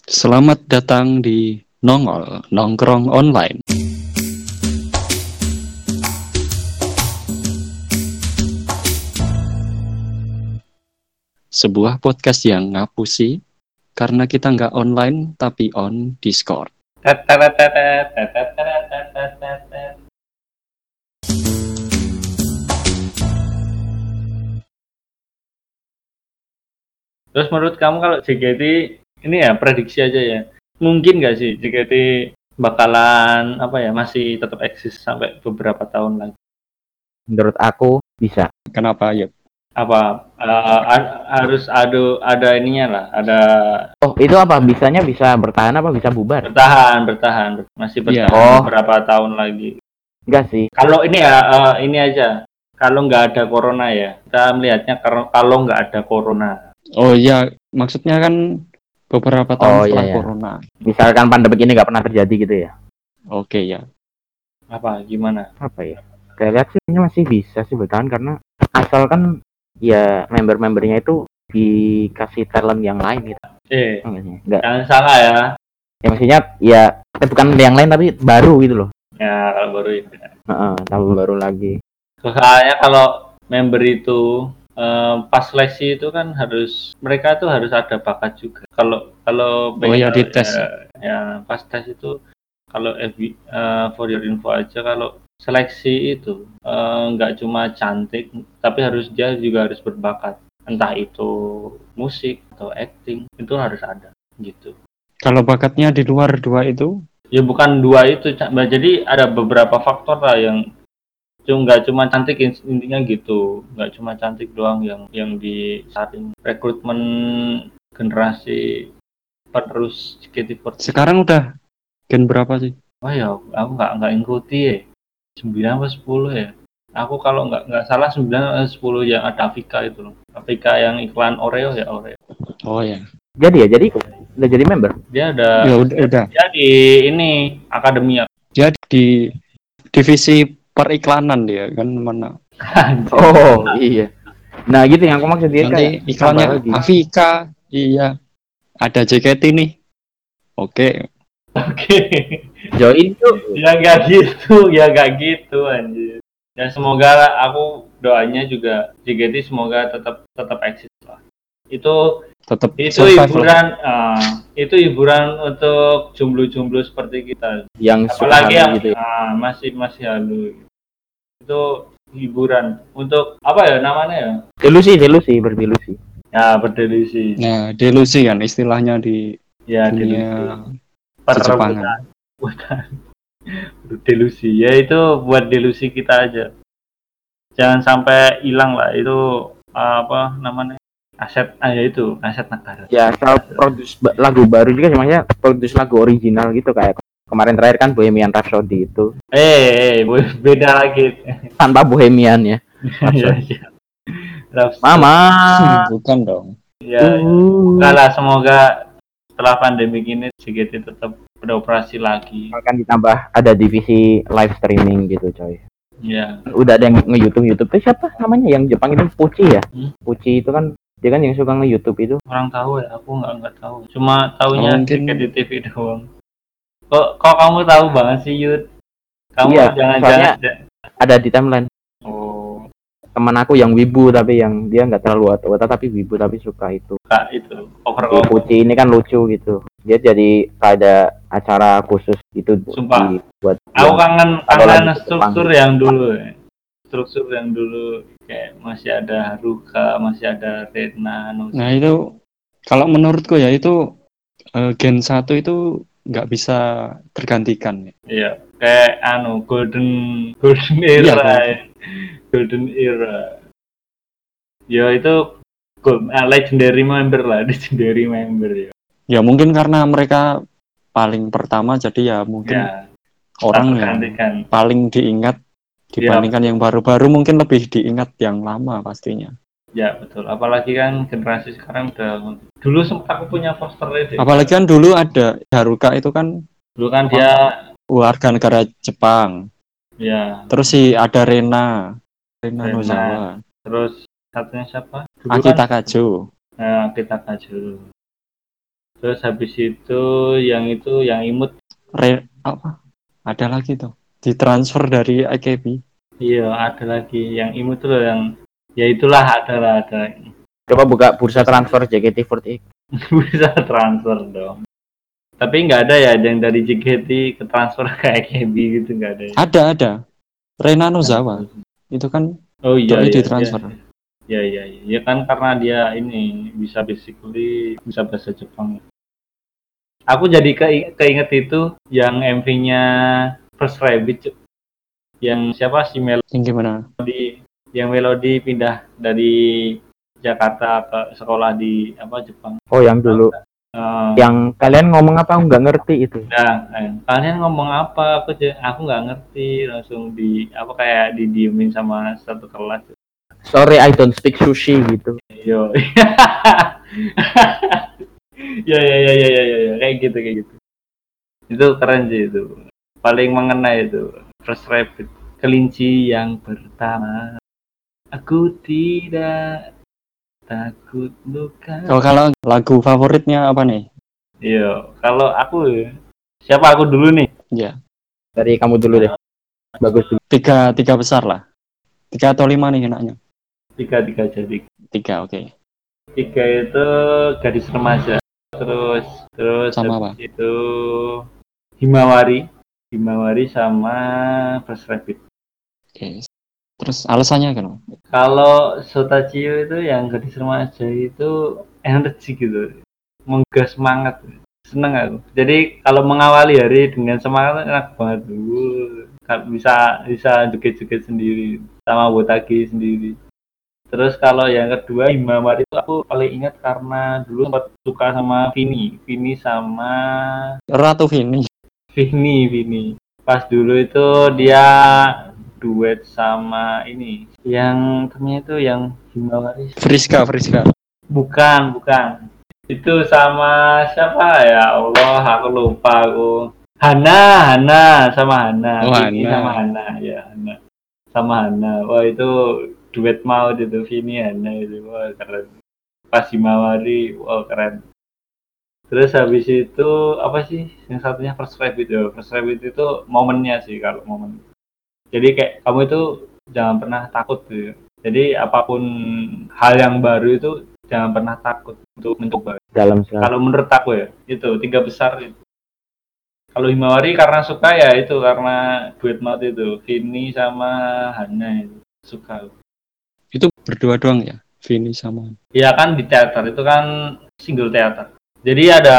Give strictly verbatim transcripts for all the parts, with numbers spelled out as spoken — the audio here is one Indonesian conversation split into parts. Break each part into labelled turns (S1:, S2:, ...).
S1: Selamat datang di Nongol Nongkrong Online. Sebuah podcast yang ngapusi karena kita nggak online tapi on Discord.
S2: Terus menurut kamu kalau J K T ini ya prediksi aja ya, mungkin nggak sih J K T bakalan apa ya masih tetap eksis sampai beberapa tahun lagi?
S3: Menurut aku bisa.
S1: Kenapa ya?
S2: Apa uh, a- harus ada ada ininya lah, ada
S3: Oh, itu apa? Bisanya bisa bertahan apa bisa bubar?
S2: bertahan bertahan masih
S1: Iya.
S2: bertahan
S3: Oh.
S2: beberapa tahun lagi.
S3: Enggak sih.
S2: Kalau ini ya uh, ini aja, kalau nggak ada corona ya, kita melihatnya kar- kalau nggak ada corona.
S1: Oh iya, maksudnya kan beberapa tahun
S3: Oh,
S1: setelah
S3: iya, iya.
S1: corona.
S3: Misalkan pandemi ini nggak pernah terjadi gitu ya.
S1: Oke ya.
S2: Apa gimana?
S3: Apa ya? Saya lihat sih ini masih bisa sih bertahan karena asal kan ya member-membernya itu dikasih talent yang lain gitu.
S2: Eh,
S3: Enggak.
S2: jangan salah ya.
S3: Ya maksudnya ya eh, bukan yang lain tapi baru gitu loh.
S2: Ya kalau baru ini.
S3: Heeh, tahun baru lagi.
S2: Soalnya kalau member itu eh, pas seleksi itu kan harus mereka tuh harus ada bakat juga. Kalau kalau
S1: Oh ya, dites.
S2: ya, ya pas tes itu kalau F B, eh, for your info aja kalau seleksi itu eh, nggak cuma cantik tapi harus dia juga harus berbakat. Entah itu musik atau acting itu harus ada gitu.
S1: Kalau bakatnya di luar dua itu,
S2: Ya bukan dua itu, Cak. Mbak. Jadi ada beberapa faktor lah yang cuma nggak cuma cantik intinya gitu, nggak cuma cantik doang yang yang disaring rekrutmen generasi penerus J K T empat puluh.
S1: sekarang udah gen berapa sih?
S2: Oh ya, aku nggak nggak ikuti ya. sembilan atau sepuluh ya. Aku kalau nggak nggak salah sembilan atau sepuluh yang ada Afika itu loh. Afika yang iklan Oreo ya Oreo.
S1: Oh ya.
S3: Jadi ya, jadi udah jadi member.
S2: Dia ada
S1: Ya udah, udah.
S2: dia di ini akademi ya.
S1: Dia di divisi periklanan dia kan mana?
S3: Oh, iya. Nah, gitu yang aku maksud dia
S1: Nanti
S3: kayak
S1: iklannya
S3: tambah lagi.
S1: Afika, iya. Ada J K T nih. Oke.
S2: Oke.
S3: Join tuh.
S2: Ya nggak gitu, ya nggak gitu anjir. Ya semoga lah, aku doanya juga J K T semoga tetap tetap eksis lah. Itu
S1: Tetap
S2: itu
S1: survive lah.
S2: hiburan ah, itu hiburan untuk jomblo-jomblo seperti kita.
S3: Yang suka
S2: Apalagi
S3: halu
S2: yang
S3: gitu ya.
S2: ah, masih masih halu. Itu hiburan untuk apa ya namanya ya?
S3: Delusi, delusi, berdelusi.
S2: Ya berdelusi.
S1: Nah, delusi kan istilahnya di
S2: Ya delusi.
S1: dunia
S2: Perebutan.
S1: Jepangan.
S2: Bukan. Delusi. Ya itu buat delusi kita aja. Jangan sampai hilang lah itu apa namanya? Aset ah ya itu aset negara.
S3: Ya, asal produce ba- lagu baru juga semuanya produce lagu original gitu kayak kemarin terakhir kan Bohemian Rhapsody itu
S2: Eh, eh bu- beda lagi.
S3: tanpa Bohemian ya.
S2: Ya, ya. Rhapsody.
S3: Mama.
S1: Bukan dong.
S2: Ya, ya.
S3: Uh,
S2: Enggak lah, semoga setelah pandemi ini J K T tetap beroperasi lagi.
S3: kan ditambah ada divisi live streaming gitu coy.
S2: Ya.
S3: Udah ada yang nge-YouTube YouTube tuh siapa namanya yang Jepang itu Puci ya?
S2: Hmm?
S3: Puci itu kan dia kan yang suka nge-YouTube itu.
S2: Orang tahu ya, aku nggak nggak tahu. Cuma tahunya
S1: Oh, mungkin-
S2: J K T T V doang. Kok kok kamu tahu banget sih Yud? Kamu
S3: Iya,
S2: jangan-jangan
S3: Ada di timeline.
S2: oh
S3: Teman aku yang wibu tapi yang dia nggak terlalu wata tapi wibu tapi suka itu.
S2: kak itu cover
S3: Si
S2: cover.
S3: Puci ini kan lucu gitu. Dia jadi ada acara khusus itu
S2: Sumpah.
S3: dibuat.
S2: Aku kangen
S3: Kalau
S2: kangen
S3: lagi
S2: struktur
S3: Jepang.
S2: yang dulu ya. Struktur yang dulu kayak masih ada Haruka, masih ada Rena, Noza.
S1: Nah, itu kalau menurutku ya itu eh, gen satu itu nggak bisa tergantikan.
S2: Iya, kayak anu golden golden
S1: Iya,
S2: era,
S1: golden.
S2: ya. golden era. Ya itu gold, ah, legendary member lah, legendary member ya.
S1: Ya mungkin karena mereka paling pertama jadi ya mungkin
S2: Ya,
S1: orang
S2: tak
S1: yang
S2: tergantikan.
S1: paling diingat dibandingkan yang baru-baru mungkin lebih diingat yang lama pastinya.
S2: Ya betul. Apalagi kan generasi sekarang udah. Dulu sempat aku punya posternya deh.
S1: Apalagi kan dulu ada Haruka itu kan
S2: Dulu kan dia,
S1: warga negara Jepang.
S2: ya.
S1: Terus si ada Rena, Rena
S2: Rena.
S1: Nozawa,
S2: Terus satunya siapa? Dulu
S1: Akita
S2: kan,
S1: Kajo.
S2: nah, kita kaju. Terus habis itu yang itu yang imut.
S1: Re, apa? Ada lagi tuh. Ditransfer dari A K B.
S2: Iya, ada lagi yang imut tuh loh, yang ya itulah ada lah ada.
S3: Coba buka bursa transfer J K T empat delapan.
S2: Bisa transfer dong. Tapi nggak ada ya yang dari J K T ke transfer ke A K B gitu, nggak ada ya.
S1: Ada, ada. Rena Nozawa. Itu kan
S2: Oh iya
S1: doi
S2: iya.
S1: ditransfer.
S2: Iya iya iya. Ya kan karena dia ini bisa basically bisa bahasa Jepang. Aku jadi ke keinget itu yang M V-nya First Rabbit, yang siapa si Melody,
S1: Yang gimana?
S2: yang Melody pindah dari Jakarta ke sekolah di apa Jepang.
S3: Oh yang dulu.
S2: Uh,
S3: yang kalian ngomong apa aku nggak ngerti itu.
S2: Nah, eh, kalian ngomong apa? Aku aku nggak ngerti, langsung di apa kayak didiemin sama satu kelas.
S3: Sorry, I don't speak sushi gitu.
S2: Yo. ya, ya ya ya ya ya ya kayak gitu kayak gitu. Itu keren sih itu. Paling mengena itu First Rabbit, kelinci yang pertama. Aku tidak takut luka.
S1: Oh, kalau lagu favoritnya apa nih?
S2: Iya, kalau aku siapa aku dulu nih?
S1: Ya.
S3: Dari kamu dulu deh. Bagus dulu.
S1: Tiga tiga besar lah. Tiga atau lima nih enaknya?
S2: Tiga tiga jadi.
S1: Tiga, oke. Okay.
S2: Tiga itu gadis remaja. Terus terus
S1: sama apa?
S2: Itu Himawari, Himawari sama First Rabbit.
S1: Oke. Okay. Terus alasannya kan?
S2: Kalau Sotachio itu yang gadis remaja itu energi gitu, menggas semangat, seneng aku. Jadi kalau mengawali hari dengan semangat enak banget dulu. Bisa bisa joget-joget sendiri sama Wotagi sendiri. Terus kalau yang kedua Himawari itu aku paling ingat karena dulu sempat suka sama Vini, Vini sama
S1: Ratu Vini.
S2: Vini, Vini. Pas dulu itu dia duet sama ini, yang ternyata itu yang Himawari.
S1: Friska, Friska.
S2: Bukan, bukan. Itu sama siapa ya Allah, aku lupa aku. Hana, Hana sama Hana.
S1: Oh,
S2: Vini
S1: Hana.
S2: sama Hana, ya Hana. Sama Hana. Wah itu duet maut itu Vini Hana itu, wah keren. Pas Himawari, wah keren. Terus habis itu apa sih yang satunya First Rabbit itu? First Rabbit itu momennya sih kalau momen. Jadi kayak kamu itu jangan pernah takut gitu. Jadi apapun hal yang baru itu jangan pernah takut untuk mencoba.
S3: Dalam sekali.
S2: Kalau menurut aku ya itu tiga besar itu. Kalau Himawari karena suka ya itu karena duet maut itu Vini sama Hana itu suka.
S1: Itu berdua doang ya, Vini sama.
S2: Iya kan di teater itu kan single teater. Jadi ada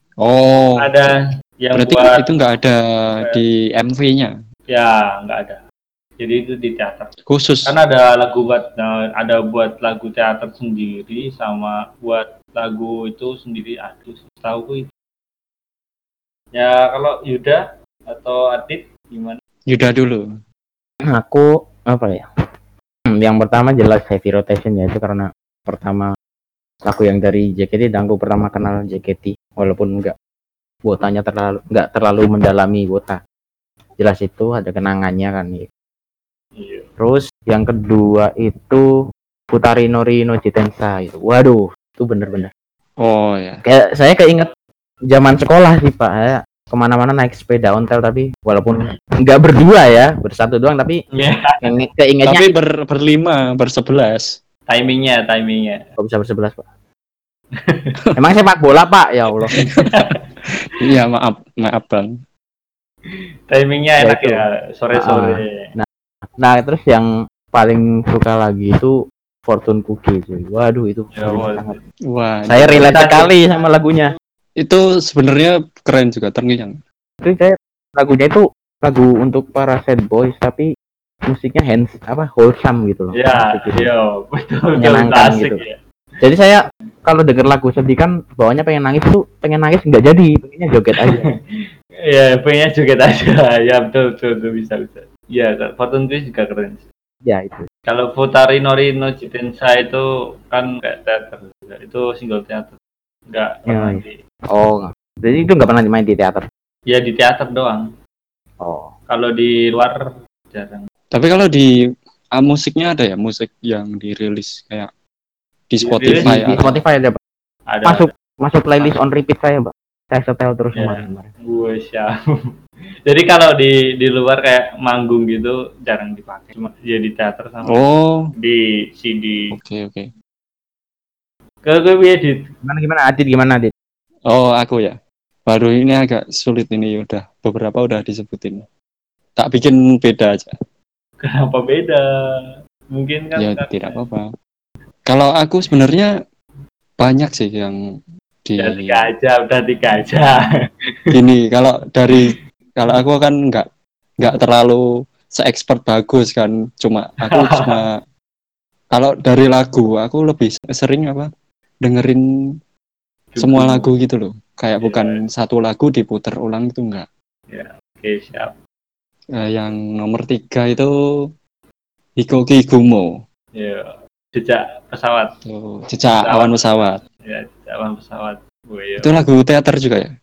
S1: oh
S2: ada yang
S1: berarti
S2: buat
S1: itu nggak ada di M V-nya?
S2: Ya nggak ada. Jadi itu di teater.
S1: Khusus.
S2: Kan ada lagu buat ada buat lagu teater sendiri sama buat lagu itu sendiri ada. Tahu itu. Ya kalau Yuda atau Adit gimana?
S1: Yuda dulu.
S3: Aku apa ya? Yang pertama jelas Heavy Rotation ya, itu karena pertama aku yang dari J K T dan aku pertama kenal J K T walaupun enggak wotanya terlalu enggak terlalu mendalami wota. Jelas itu ada kenangannya kan gitu.
S2: Iya.
S3: Terus yang kedua itu Futari Nori no Jitensa itu. Waduh, itu bener-bener.
S1: Oh ya.
S3: Kayak saya keinget zaman sekolah sih Pak. Saya kemana-mana naik sepeda ontel tapi walaupun nggak berdua ya, bersatu doang tapi
S2: yeah.
S3: yang keingetnya.
S1: Tapi ber, berlima, bersebelas.
S2: Timingnya, timingnya.
S3: Kok bisa bersebelas Pak? Emang sepak bola Pak? Ya Allah.
S1: Iya maaf, maaf Bang.
S2: Timingnya enak ya, ya
S3: Nah,
S2: sore-sore.
S3: nah, nah, terus yang paling suka lagi itu Fortune Cookie cuy. Waduh itu
S2: ya,
S3: sangat.
S1: Wah,
S3: saya relate sekali sama lagunya.
S1: Itu sebenarnya keren juga, terngiang.
S3: Itu saya lagunya itu lagu untuk para sad boys tapi musiknya hands apa wholesome gitu loh.
S2: Iya, iya, betul,
S3: menyenangkan gitu. Ya. Jadi saya kalau denger lagu sedih kan bawahnya pengen nangis tuh, pengen nangis nggak jadi, pengennya joget aja.
S2: Iya, pengennya joget aja. Ya betul, betul, betul bisa bisa. Iya, Fortune Twist juga keren.
S3: Ya itu.
S2: Kalau Futari Nori no Jitensa itu kan kayak teater, itu single teater, nggak pernah
S3: ya,
S2: di.
S3: Oh, jadi itu nggak pernah dimain di teater?
S2: Ya di teater doang.
S3: Oh.
S2: Kalau di luar jarang.
S1: Tapi kalau di uh, musiknya ada ya, musik yang dirilis kayak di Spotify.
S3: Di, di Spotify ada.
S2: Ada.
S3: Masuk masuk playlist on repeat saya, Pak. Saya setel terus
S2: Ya.
S3: kemarin-kemarin.
S2: Gue siap. Jadi kalau di di luar kayak manggung gitu jarang dipakai. Cuma ya di teater sama
S1: Oh,
S2: di C D.
S1: oke oke.
S2: Ke gue edit.
S3: Gimana gimana Adit gimana Adit?
S1: Oh, aku ya. Baru ini agak sulit ini udah beberapa udah disebutin. Tak bikin beda aja.
S2: Kenapa beda? Mungkin kan
S1: Ya
S2: kan-
S1: tidak apa-apa. Kalau aku sebenarnya banyak sih yang di
S2: Ya tiga aja, udah tiga aja.
S1: gini. Kalau dari kalau aku kan nggak nggak terlalu se-expert bagus kan. Cuma aku cuma kalau dari lagu aku lebih sering apa dengerin semua lagu gitu loh. Kayak
S2: Iya.
S1: bukan satu lagu diputer ulang itu enggak.
S2: Ya, oke siap.
S1: Eh, yang nomor tiga itu Hikoki Gumo.
S2: Ya, jejak pesawat.
S1: Tuh, Jejak
S2: Pesawat.
S1: Awan Pesawat.
S2: Ya, jejak awan pesawat. Oh, iya.
S1: Itu lagu teater juga ya?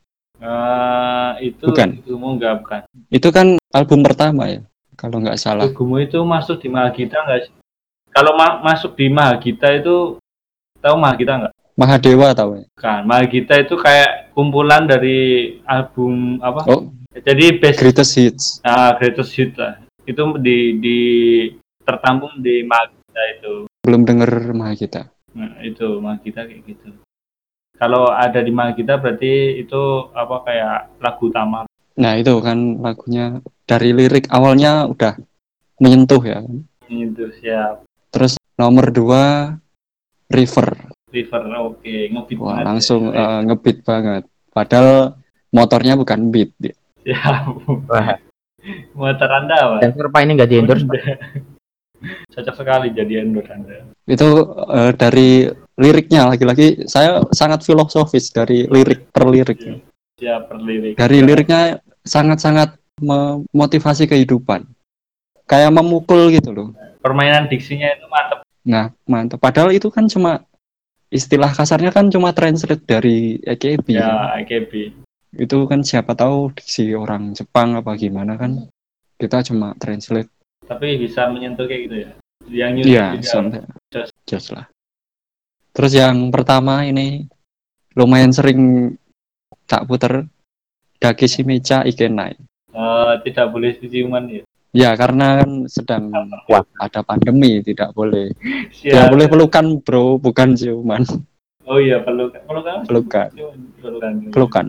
S2: Eh, itu
S1: Bukan.
S2: Gumo enggak bukan.
S1: Itu kan album pertama ya, kalau nggak salah.
S2: Gumo itu masuk di Mahagita enggak sih? Kalau ma- masuk di Mahagita itu tahu Mahagita enggak?
S1: Mahadewa tahu ya?
S2: Kan, Mahagita itu kayak kumpulan dari album apa?
S1: Oh,
S2: Jadi best
S1: Greatest Hits.
S2: ah, greatest hit lah. Itu di di tertampung di Mahagita itu.
S1: Belum denger Mahagita.
S2: Nah, itu Mahagita kayak gitu. Kalau ada di Mahagita berarti itu apa kayak lagu utama.
S1: Nah itu kan lagunya dari lirik awalnya udah menyentuh ya.
S2: Itu siap.
S1: Terus nomor dua River.
S2: River oke, ngebeat
S1: Wah
S2: banget
S1: langsung
S2: ya.
S1: eh, ngebeat banget. Padahal motornya bukan beat.
S2: Siap.
S3: Wah,
S2: Motor Anda apa?
S3: sensor Pak ini nggak di endorse. Pak.
S2: Cocok sekali jadi endorse Anda.
S1: Itu eh, dari liriknya lagi-lagi saya sangat filosofis dari lirik per lirik.
S2: Siap per lirik.
S1: Dari liriknya sangat-sangat memotivasi kehidupan. Kayak memukul gitu loh.
S2: Permainan diksinya itu mantep.
S1: Nah, mantap. Padahal itu kan cuma istilah kasarnya kan cuma translate dari A K B.
S2: Ya, A K B.
S1: Itu kan siapa tahu diksi orang Jepang apa gimana kan. Kita cuma translate.
S2: Tapi bisa menyentuh kayak gitu ya. Yang nyusun
S1: Iya,
S2: juga.
S1: sampai
S2: Jos.
S1: jos lah. Terus yang pertama ini lumayan sering tak puter Dakishimecha Ikenai.
S2: Eh, tidak boleh ciuman ya.
S1: Ya, karena kan sedang
S3: Wah.
S1: ada pandemi, tidak boleh.
S2: Siap.
S1: Tidak boleh pelukan, bro, bukan ciuman.
S2: Oh iya, pelukan. Pelukan.
S1: Pelukan.
S2: Pelukan.
S1: Pelukan.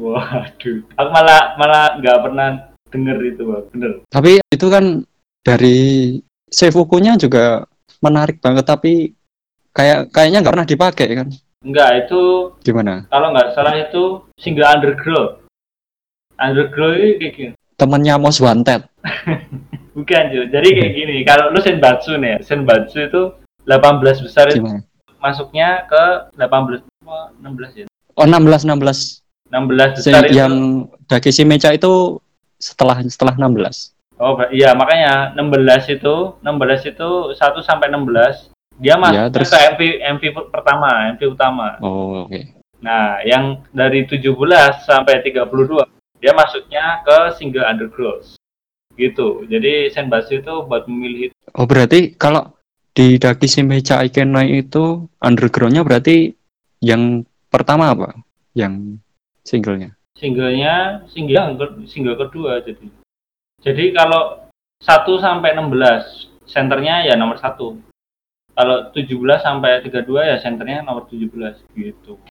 S2: Waduh. Aku malah malah nggak pernah denger itu, Bang. Bener.
S1: Tapi itu kan dari Seifuku-nya juga menarik banget, tapi kayak kayaknya nggak pernah dipakai kan?
S2: Enggak, itu
S1: Gimana?
S2: kalau nggak salah itu single Underground. Underground ini kayak gini.
S1: Temennya Most Wanted.
S2: Bukan, Ju. Jadi kayak gini. Kalau lu Senbatsu nih, ya, Senbatsu itu delapan belas besar itu
S1: Gimana?
S2: masuknya ke delapan belas enam belas ya.
S1: Oh, enam belas enam belas.
S2: enam belas
S1: Se-
S2: besar itu.
S1: yang Dakishimecha itu setelah setelah enam belas.
S2: Oh, ber- iya makanya enam belas itu, enam belas itu satu sampai enam belas dia masuk
S1: Iya, terus-
S2: ke M V M V pertama, M V utama.
S1: Oh, oke.
S2: Nah, yang dari tujuh belas sampai tiga puluh dua dia masuknya ke single Underground. Gitu. Jadi Senbatsu itu buat memilih
S1: Oh, berarti kalau di Dakishimecha Ikenai itu underground-nya berarti yang pertama apa? Yang singlenya?
S2: singlenya, single yang ke- single kedua jadi. Jadi kalau satu sampai enam belas senternya ya nomor satu. Kalau tujuh belas sampai tiga puluh dua ya senternya nomor tujuh belas gitu.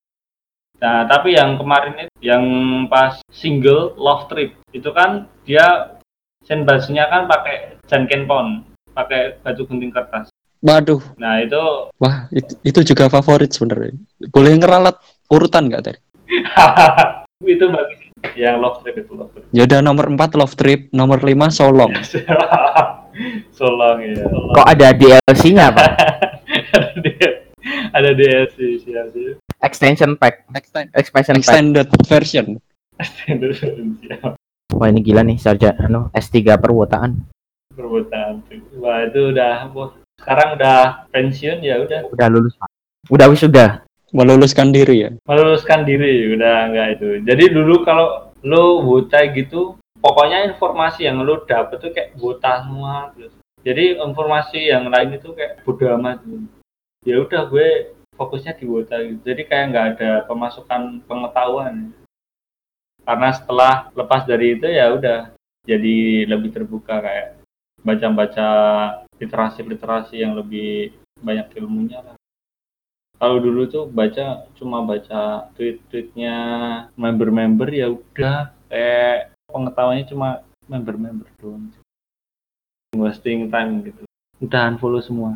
S2: Nah, tapi yang kemarin itu yang pas single Love Trip itu kan dia senbatsunya kan pakai jankenpon, pakai batu gunting kertas.
S1: Waduh,
S2: Nah, itu
S1: wah itu, itu juga favorit sebenarnya. Boleh ngeralat urutan nggak tadi?
S2: itu bagus. Yang Love Trip itu Love Trip.
S1: Ya udah nomor empat Love Trip, nomor lima Solong.
S2: Solong ya. Solong.
S3: Kok ada D L C-nya, Pak?
S2: ada D- ada D L C siap siap.
S3: Extension pack,
S1: Extend-
S3: expansion pack.
S1: Extended version.
S2: Siap.
S3: Wah, ini gila nih sarjana anu S tiga perwotaan.
S2: Perbuatan tuh. Wah, itu udah wah, sekarang udah pensiun ya udah
S3: Udah lulus, Pak. Udah wisuda.
S1: Meluluskan diri ya.
S2: meluluskan diri udah enggak itu. Jadi dulu kalau lo bocah gitu, pokoknya informasi yang lo dapet tuh kayak bocah semua terus. Jadi informasi yang lain itu kayak bodo amat. Ya udah gue fokusnya di Wota gitu. Jadi kayak nggak ada pemasukan pengetahuan. Karena setelah lepas dari itu ya udah jadi lebih terbuka kayak baca-baca literasi-literasi yang lebih banyak ilmunya lah. Kalau dulu tuh baca cuma baca tweet-tweetnya member-member ya udah kayak pengetahuannya cuma member-member doang. Wasting time gitu. Udah unfollow semua.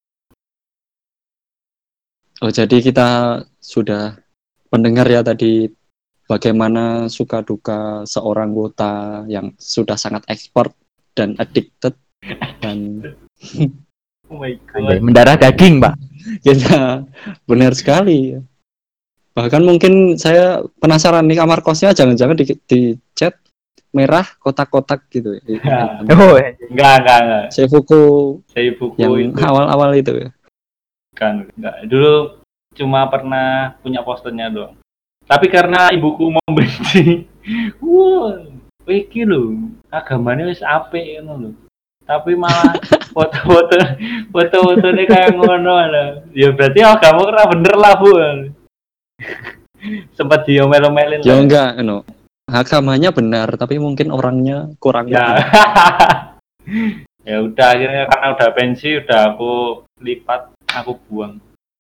S1: Oh, jadi kita sudah mendengar ya tadi bagaimana suka duka seorang Wota yang sudah sangat expert dan addicted dan
S2: Oh my
S3: Anjay,
S2: god.
S3: mendarah daging, Pak.
S1: kita benar sekali. Bahkan mungkin saya penasaran nih kamar kosnya jangan-jangan di, di chat merah kotak-kotak gitu ya.
S3: Oh,
S2: Enggak, enggak, enggak.
S1: Seifuku
S2: Saya buku
S1: yang
S2: itu
S1: awal-awal itu ya.
S2: kan enggak. Dulu cuma pernah punya posternya doang. Tapi karena ibuku mau benci, wah, iki lho, agamanya wis apik ngono lho. Tapi malah foto-foto foto-fotonya kayak ngono lah. Ya berarti agama kena bener lah, Bu. Sempat diomel-omelin
S1: Ya
S2: lah.
S1: enggak, no. Agamanya benar, tapi mungkin orangnya kurang
S2: Ya.
S1: lebih.
S2: Ya udah akhirnya karena udah pensi udah aku lipat, aku buang.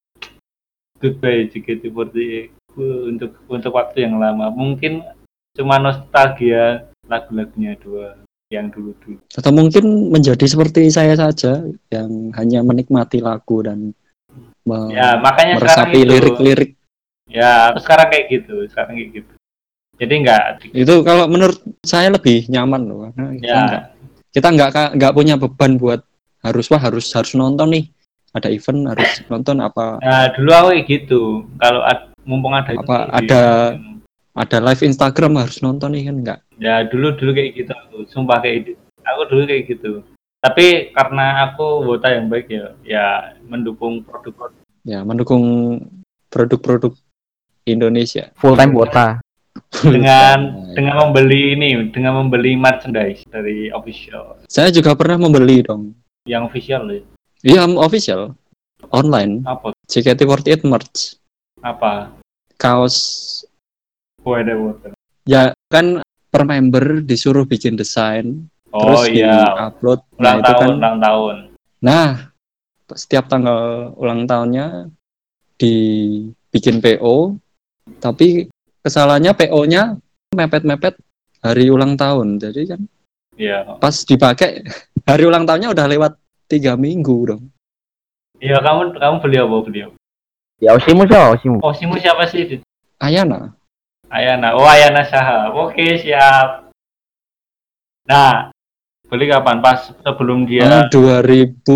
S2: Goodbye J K T empat delapan untuk untuk waktu yang lama. Mungkin cuma nostalgia lagu-lagunya dua yang dulu-dulu.
S1: Atau mungkin menjadi seperti saya saja yang hanya menikmati lagu dan me-
S2: Ya, makanya sekarang
S1: meresapi
S2: itu.
S1: lirik-lirik.
S2: Ya, sekarang kayak gitu, sekarang kayak gitu. Jadi enggak
S1: Itu kalau menurut saya lebih nyaman loh, karena kita
S2: ya.
S1: enggak kita enggak enggak punya beban buat harus wah harus harus nonton nih. Ada event harus nonton apa
S2: Nah, dulu aku kayak gitu. Kalau ad, mumpung ada
S1: apa
S2: itu,
S1: ada ada live Instagram harus nonton nih kan enggak.
S2: ya dulu dulu kayak gitu aku. Sumpah kayak gitu. Aku dulu kayak gitu. Tapi karena aku Wota yang baik ya, ya mendukung produk
S1: Ya, mendukung produk-produk Indonesia
S3: full time Wota.
S2: dengan dengan membeli ini, dengan membeli merchandise dari official.
S1: Saya juga pernah membeli dong.
S2: Yang official ya.
S1: Iya, official online
S2: Apa?
S1: J K T empat delapan merch,
S2: Apa?
S1: kaos.
S2: Oh, ada Wota.
S1: Ya kan per member disuruh bikin desain,
S2: Oh
S1: terus
S2: iya.
S1: di-upload. Nah,
S2: Ulang
S1: itu
S2: tahun,
S1: kan.
S2: ulang tahun.
S1: Nah, setiap tanggal ulang tahunnya dibikin P O, tapi kesalahannya P O-nya mepet-mepet hari ulang tahun. Jadi kan
S2: Iya.
S1: pas dipakai hari ulang tahunnya udah lewat tiga minggu dong.
S2: Iya, kamu kamu beli apa beli apa?
S3: Ya Oshimu sih, Oshimu.
S2: Oh, simu siapa sih?
S1: Ayana.
S2: Ayana. Oh, Ayana Shahab. Oke, siap. Nah, beli kapan? Pas sebelum dia
S1: Eh, dua ribu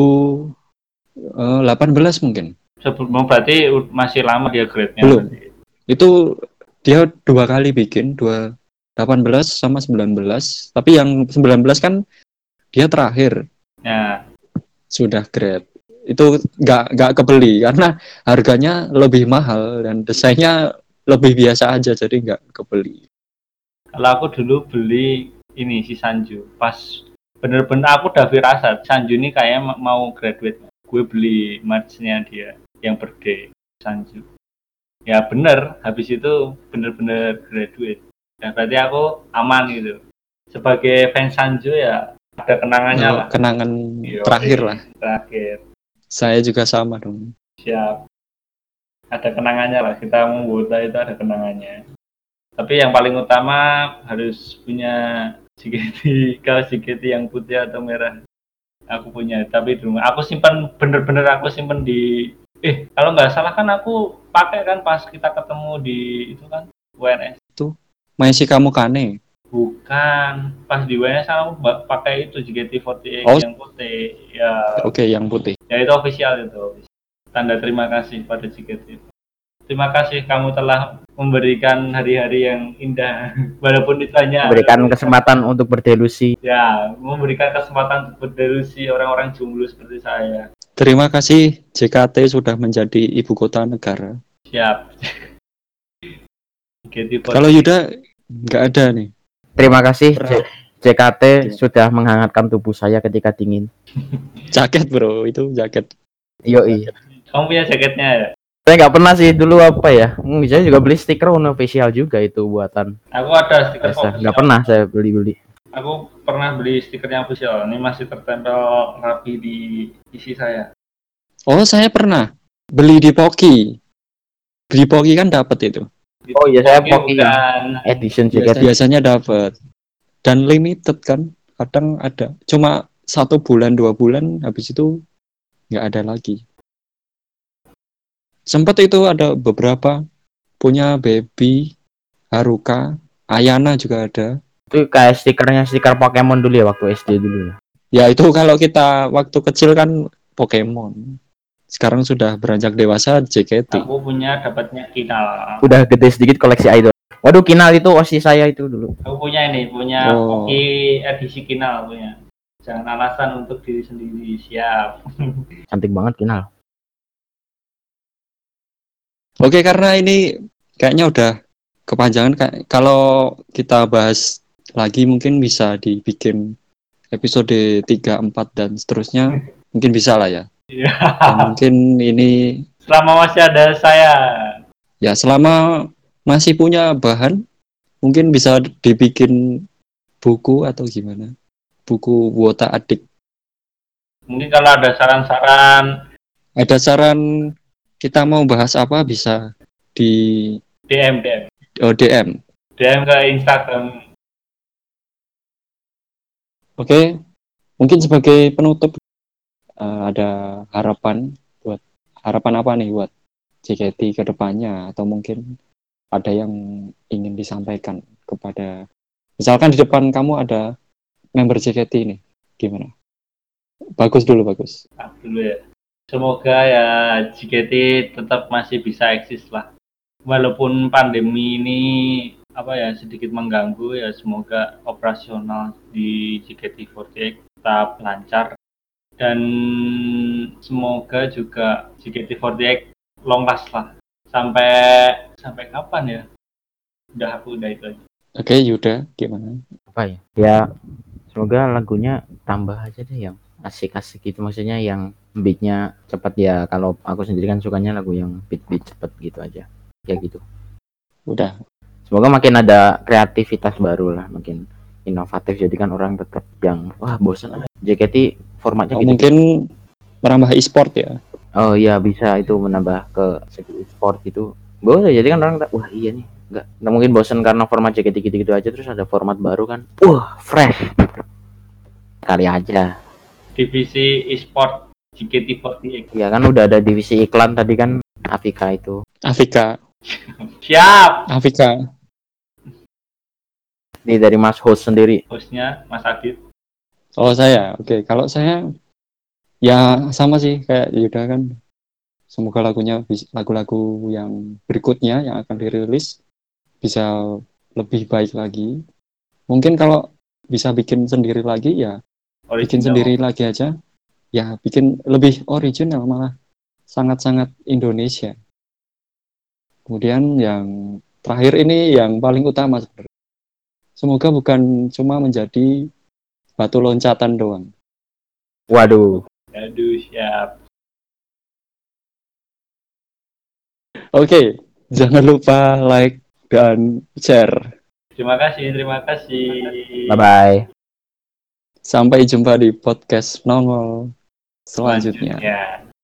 S1: delapan belas mungkin.
S2: sebelum berarti u- masih lama dia grade-nya.
S1: Belum.
S2: berarti.
S1: Itu dia dua kali bikin, dua delapan belas sama sembilan belas. Tapi yang sembilan belas kan dia terakhir
S2: Ya,
S1: sudah grade. Itu nggak nggak kebeli karena harganya lebih mahal dan desainnya lebih biasa aja, jadi nggak kebeli.
S2: kalau aku dulu beli ini si Sanju. Pas bener-bener aku udah firasat Sanju ini kayak ma- mau graduate. Gue beli merch-nya dia yang birthday Sanju. Ya bener, habis itu bener-bener graduate. Ya berarti aku aman gitu. Sebagai fans Sanju ya ada kenangannya
S1: Kalau
S2: lah.
S1: kenangan
S2: Yoi,
S1: terakhir lah.
S2: Terakhir.
S1: Saya juga sama dong.
S2: Siap. Ada kenangannya lah. Kita membuat itu ada kenangannya. Tapi yang paling utama harus punya J K T, kaos J K T yang putih atau merah. Aku punya, tapi di rumah. Aku simpan bener-bener aku simpan di. Eh, kalau nggak salah kan aku pakai kan pas kita ketemu di itu kan W N S.
S1: Masih kamu kane.
S2: Bukan, pas di W N S aku ba- pakai itu J K T empat delapan
S1: Oh.
S2: yang putih. Ya,
S1: Oke, yang putih.
S2: ya itu official itu. Tanda terima kasih pada J K T. Terima kasih kamu telah memberikan hari-hari yang indah. Walaupun itu hanya
S3: Memberikan kesempatan untuk berdelusi.
S2: ya, memberikan kesempatan untuk berdelusi orang-orang jomblo seperti saya.
S1: Terima kasih J K T sudah menjadi ibu kota negara.
S2: Siap. J K T empat delapan.
S1: Kalau Yuda nggak ada nih.
S3: Terima kasih J- J K T sudah menghangatkan tubuh saya ketika dingin.
S1: Jaket bro, itu jaket.
S3: Yoi.
S2: Kamu punya jaketnya ya?
S3: Saya nggak pernah sih dulu apa ya. Hmm, saya juga beli stiker unofficial juga itu buatan.
S2: Aku ada stiker
S3: Biasa.
S2: official.
S3: Nggak pernah saya beli-beli.
S2: Aku pernah beli stiker yang official. Ini masih tertempel rapi di P C saya.
S1: Oh, saya pernah beli di Poki. Beli Poki kan dapat itu.
S3: Oh iya, saya
S2: Oke,
S3: Poki
S2: bukan.
S3: Edition
S1: Biasa-
S3: jaket.
S1: biasanya dapat. Dan limited kan. Kadang ada. Cuma satu bulan, dua bulan, habis itu nggak ada lagi. Sempat itu ada beberapa. Punya Baby, Haruka, Ayana juga ada.
S3: Itu kayak stikernya stiker Pokemon dulu ya waktu S D dulu ya.
S1: Ya itu kalau kita waktu kecil kan Pokemon. Sekarang sudah beranjak dewasa J K T.
S2: Aku punya dapatnya Kinal.
S3: Udah gede sedikit koleksi idol. Waduh, Kinal itu osis saya itu dulu.
S2: Aku punya ini, punya
S1: Oh.
S2: Poki edisi Kinal punya. Jangan alasan untuk diri sendiri. Siap.
S3: Cantik banget Kinal.
S1: Oke, karena ini kayaknya udah kepanjangan. Kayak kalau kita bahas lagi mungkin bisa dibikin episode tiga, empat dan seterusnya. Mungkin bisa lah ya.
S2: Iya.
S1: Dan mungkin ini
S2: Selama masih ada saya.
S1: ya selama masih punya bahan mungkin bisa dibikin buku atau gimana. Buku Wota Adik.
S2: Mungkin kalau ada saran-saran
S1: Ada saran kita mau bahas apa bisa di
S2: D M D M.
S1: oh, D M.
S2: D M ke Instagram.
S1: Oke, mungkin sebagai penutup eh, ada harapan buat harapan apa nih buat J K T ke depannya atau mungkin ada yang ingin disampaikan kepada misalkan di depan kamu ada member J K T ini gimana? Bagus dulu bagus.
S2: Nah, dulu ya. Semoga ya J K T tetap masih bisa eksis lah. Walaupun pandemi ini apa ya sedikit mengganggu ya, semoga operasional di J K T empat puluh delapan tetap lancar dan semoga juga J K T empat puluh delapan long last lah sampai sampai kapan ya? Udah aku udah itu aja.
S1: Oke, Yuda gimana?
S3: Apa ya? Ya semoga lagunya tambah aja deh yang asik-asik gitu, maksudnya yang beatnya cepat ya. Kalau aku sendiri kan sukanya lagu yang beat-beat cepet gitu aja ya gitu.
S1: Udah.
S3: Semoga makin ada kreativitas baru lah, makin inovatif, jadi kan orang tetap yang wah bosan ah, J K T formatnya
S1: Oh,
S3: gitu.
S1: mungkin menambah e-sport ya.
S3: Oh iya, bisa itu menambah ke segi sport gitu. Boleh, jadi kan orang tak, wah iya nih, nggak nggak mungkin bosan karena format J K T gitu-gitu aja, terus ada format baru kan, wah fresh gitu. Kali aja.
S2: Divisi e-sport J K T empat puluh delapan.
S3: Ya kan udah ada divisi iklan tadi kan, Afika itu.
S1: Afika,
S2: Siap.
S1: Afika.
S3: Ini dari Mas host sendiri.
S2: Hostnya Mas Adit.
S1: Oh saya, oke. Kalau saya ya sama sih kayak Yuda kan. Semoga lagunya bis- lagu-lagu yang berikutnya yang akan dirilis bisa lebih baik lagi. Mungkin kalau bisa bikin sendiri lagi ya bikin
S2: Original.
S1: sendiri lagi aja. Ya bikin lebih original malah sangat-sangat Indonesia. Kemudian yang terakhir ini yang paling utama sebenarnya. Semoga bukan cuma menjadi batu loncatan doang.
S3: Waduh.
S2: Aduh, siap.
S1: Oke, jangan lupa like dan share.
S2: Terima kasih, terima kasih.
S3: Bye bye.
S1: Sampai jumpa di podcast nongol selanjutnya.
S2: Selanjutnya.